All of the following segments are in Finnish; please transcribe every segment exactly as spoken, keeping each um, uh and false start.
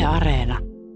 Areena.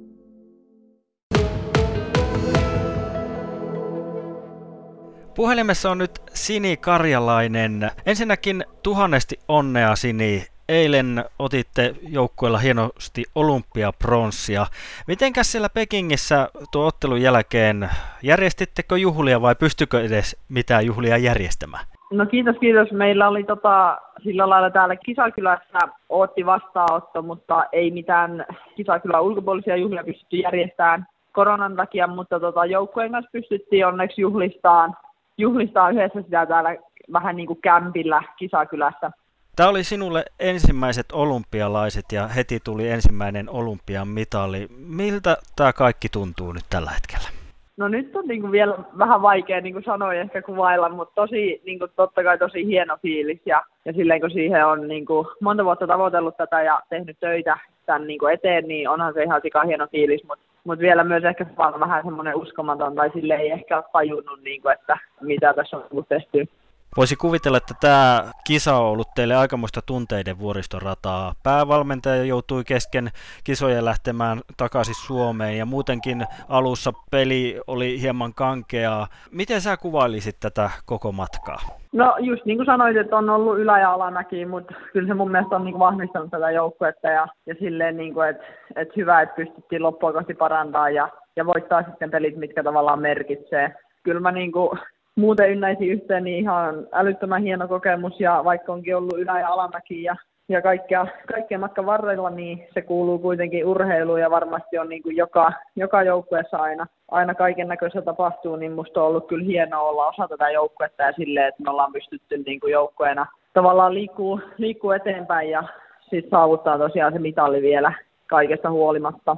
Puhelimessa on nyt Sini Karjalainen. Ensinnäkin tuhannesti onnea, Sini. Eilen otitte joukkueella hienosti olympiapronssia. Mitenkäs siellä Pekingissä tuon ottelun jälkeen, järjestittekö juhlia vai pystykö edes mitään juhlia järjestämään? No kiitos, kiitos. Meillä oli tota, sillä lailla täällä Kisakylässä ootti vastaanotto, mutta ei mitään Kisakylän ulkopuolisia juhlia pystytty järjestämään koronan takia, mutta tota, joukkueen kanssa pystyttiin onneksi juhlistaan, juhlistaan yhdessä sitä täällä vähän niin kuin kämpillä Kisakylässä. Tämä oli sinulle ensimmäiset olympialaiset ja heti tuli ensimmäinen olympian mitali. Miltä tämä kaikki tuntuu nyt tällä hetkellä? No nyt on niin kuin vielä vähän vaikea niin kuin sanoin ehkä kuvailla, mutta tosi, niin kuin totta kai tosi hieno fiilis. Ja, ja silleen kun siihen on niin kuin monta vuotta tavoitellut tätä ja tehnyt töitä tämän niin kuin eteen, niin onhan se ihan sika hieno fiilis. Mutta mut vielä myös ehkä vähän semmoinen uskomaton tai sille ei ehkä ole tajunnut, niin kuin, että mitä tässä on tehty. Voisi kuvitella, että tämä kisa on ollut teille aikamoista tunteiden vuoristorataa. Päävalmentaja joutui kesken kisojen lähtemään takaisin Suomeen ja muutenkin alussa peli oli hieman kankeaa. Miten sä kuvailisit tätä koko matkaa? No just niin kuin sanoit, että on ollut ylä- ja alamäki, mutta kyllä se mun mielestä on niin kuin vahvistanut tätä joukkuetta ja, ja silleen, niin kuin, että, että hyvä, että pystyttiin loppua kohti parantaa ja, ja voittaa sitten pelit, mitkä tavallaan merkitsee. Kyllä mä niin kuin muuten ynnäisin yhteen, niin ihan älyttömän hieno kokemus ja vaikka onkin ollut ylä- ja alamäki ja, ja kaikkea, kaikkea matkan varrella, niin se kuuluu kuitenkin urheiluun ja varmasti on niin kuin joka, joka joukkueessa aina, aina kaiken näköistä tapahtuu, niin musta on ollut kyllä hienoa olla osa tätä joukkuetta ja silleen, että me ollaan pystytty niin kuin joukkueena tavallaan liikkuu, liikkuu eteenpäin ja sitten saavuttaa tosiaan se mitali vielä kaikesta huolimatta.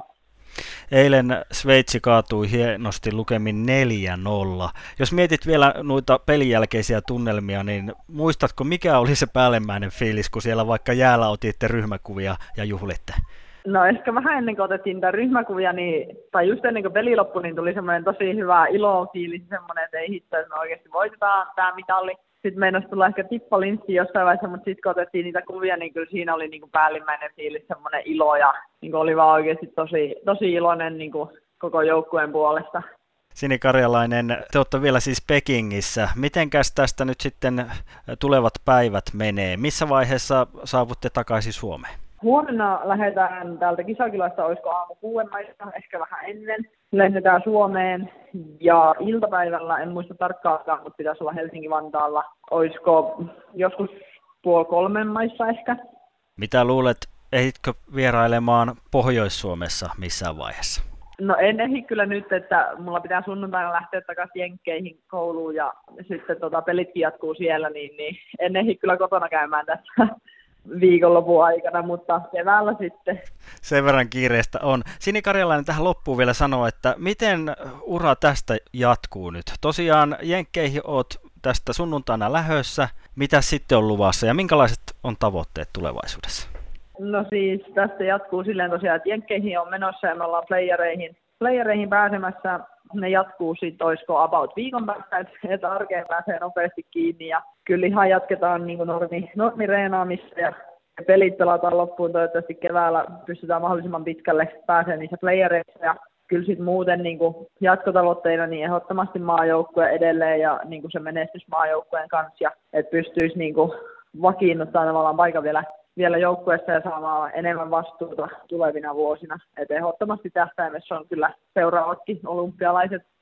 Eilen Sveitsi kaatui hienosti lukemin neljä nolla. Jos mietit vielä noita pelin jälkeisiä tunnelmia, niin muistatko mikä oli se päällimmäinen fiilis, kun siellä vaikka jäällä otitte ryhmäkuvia ja juhlitte? No ehkä vähän ennen kuin otettiin niitä ryhmäkuvia, niin, tai just ennen kuin peli loppui, niin tuli semmoinen tosi hyvä ilo-fiilis, semmoinen, että ei hitto, että me oikeasti voitetaan tämä mitalli. Sitten meinasi tulla ehkä tippalinssi jossain vaiheessa, mutta sitten kun otettiin niitä kuvia, niin kyllä siinä oli niin kuin päällimmäinen fiilis, semmoinen ilo ja niin kuin oli vaan oikeasti tosi, tosi iloinen niin kuin koko joukkueen puolesta. Sini Karjalainen, te olette vielä siis Pekingissä. Mitenkäs tästä nyt sitten tulevat päivät menee? Missä vaiheessa saavutte takaisin Suomeen? Huomenna lähdetään täältä Kisakylästä, olisiko aamu kuuden maissa, ehkä vähän ennen. Lähdetään Suomeen ja iltapäivällä, en muista tarkkaan, mutta pitäisi olla Helsinki-Vantaalla. Olisiko joskus puoli kolmen maissa ehkä. Mitä luulet, ehditkö vierailemaan Pohjois-Suomessa missään vaiheessa? No en ehdi kyllä nyt, että mulla pitää sunnuntaina lähteä takaisin Jenkkeihin kouluun ja sitten tota, pelitkin jatkuu siellä, niin, niin en ehdi kyllä kotona käymään tässä viikonlopun aikana, mutta keväällä sitten. Sen verran kiireistä on. Sini Karjalainen tähän loppuun vielä sanoo, että miten ura tästä jatkuu nyt? Tosiaan Jenkkeihin oot tästä sunnuntaina lähössä. Mitä sitten on luvassa ja minkälaiset on tavoitteet tulevaisuudessa? No siis tästä jatkuu silleen tosiaan, että Jenkkeihin on menossa ja me ollaan playereihin, playereihin pääsemässä. Ne jatkuu sitten, olisiko about viikon päästä, että arkeen pääsee nopeasti kiinni. Ja kyllä ihan jatketaan niin kuin normi, normireenaamista ja pelit pelataan loppuun. Toivottavasti keväällä pystytään mahdollisimman pitkälle pääsemään niissä playereissa. Ja kyllä sitten muuten niin kuin jatkotavoitteina niin ehdottomasti maajoukkue edelleen ja niin kuin se menestys maajoukkueen kanssa. Ja että pystyisi niin kuin vakiinnuttaa tavallaan paikan vielä, vielä joukkueessa ja saamaan enemmän vastuuta tulevina vuosina. Et ehdottomasti tähtäimessä on kyllä seuraavatkin olympialaiset.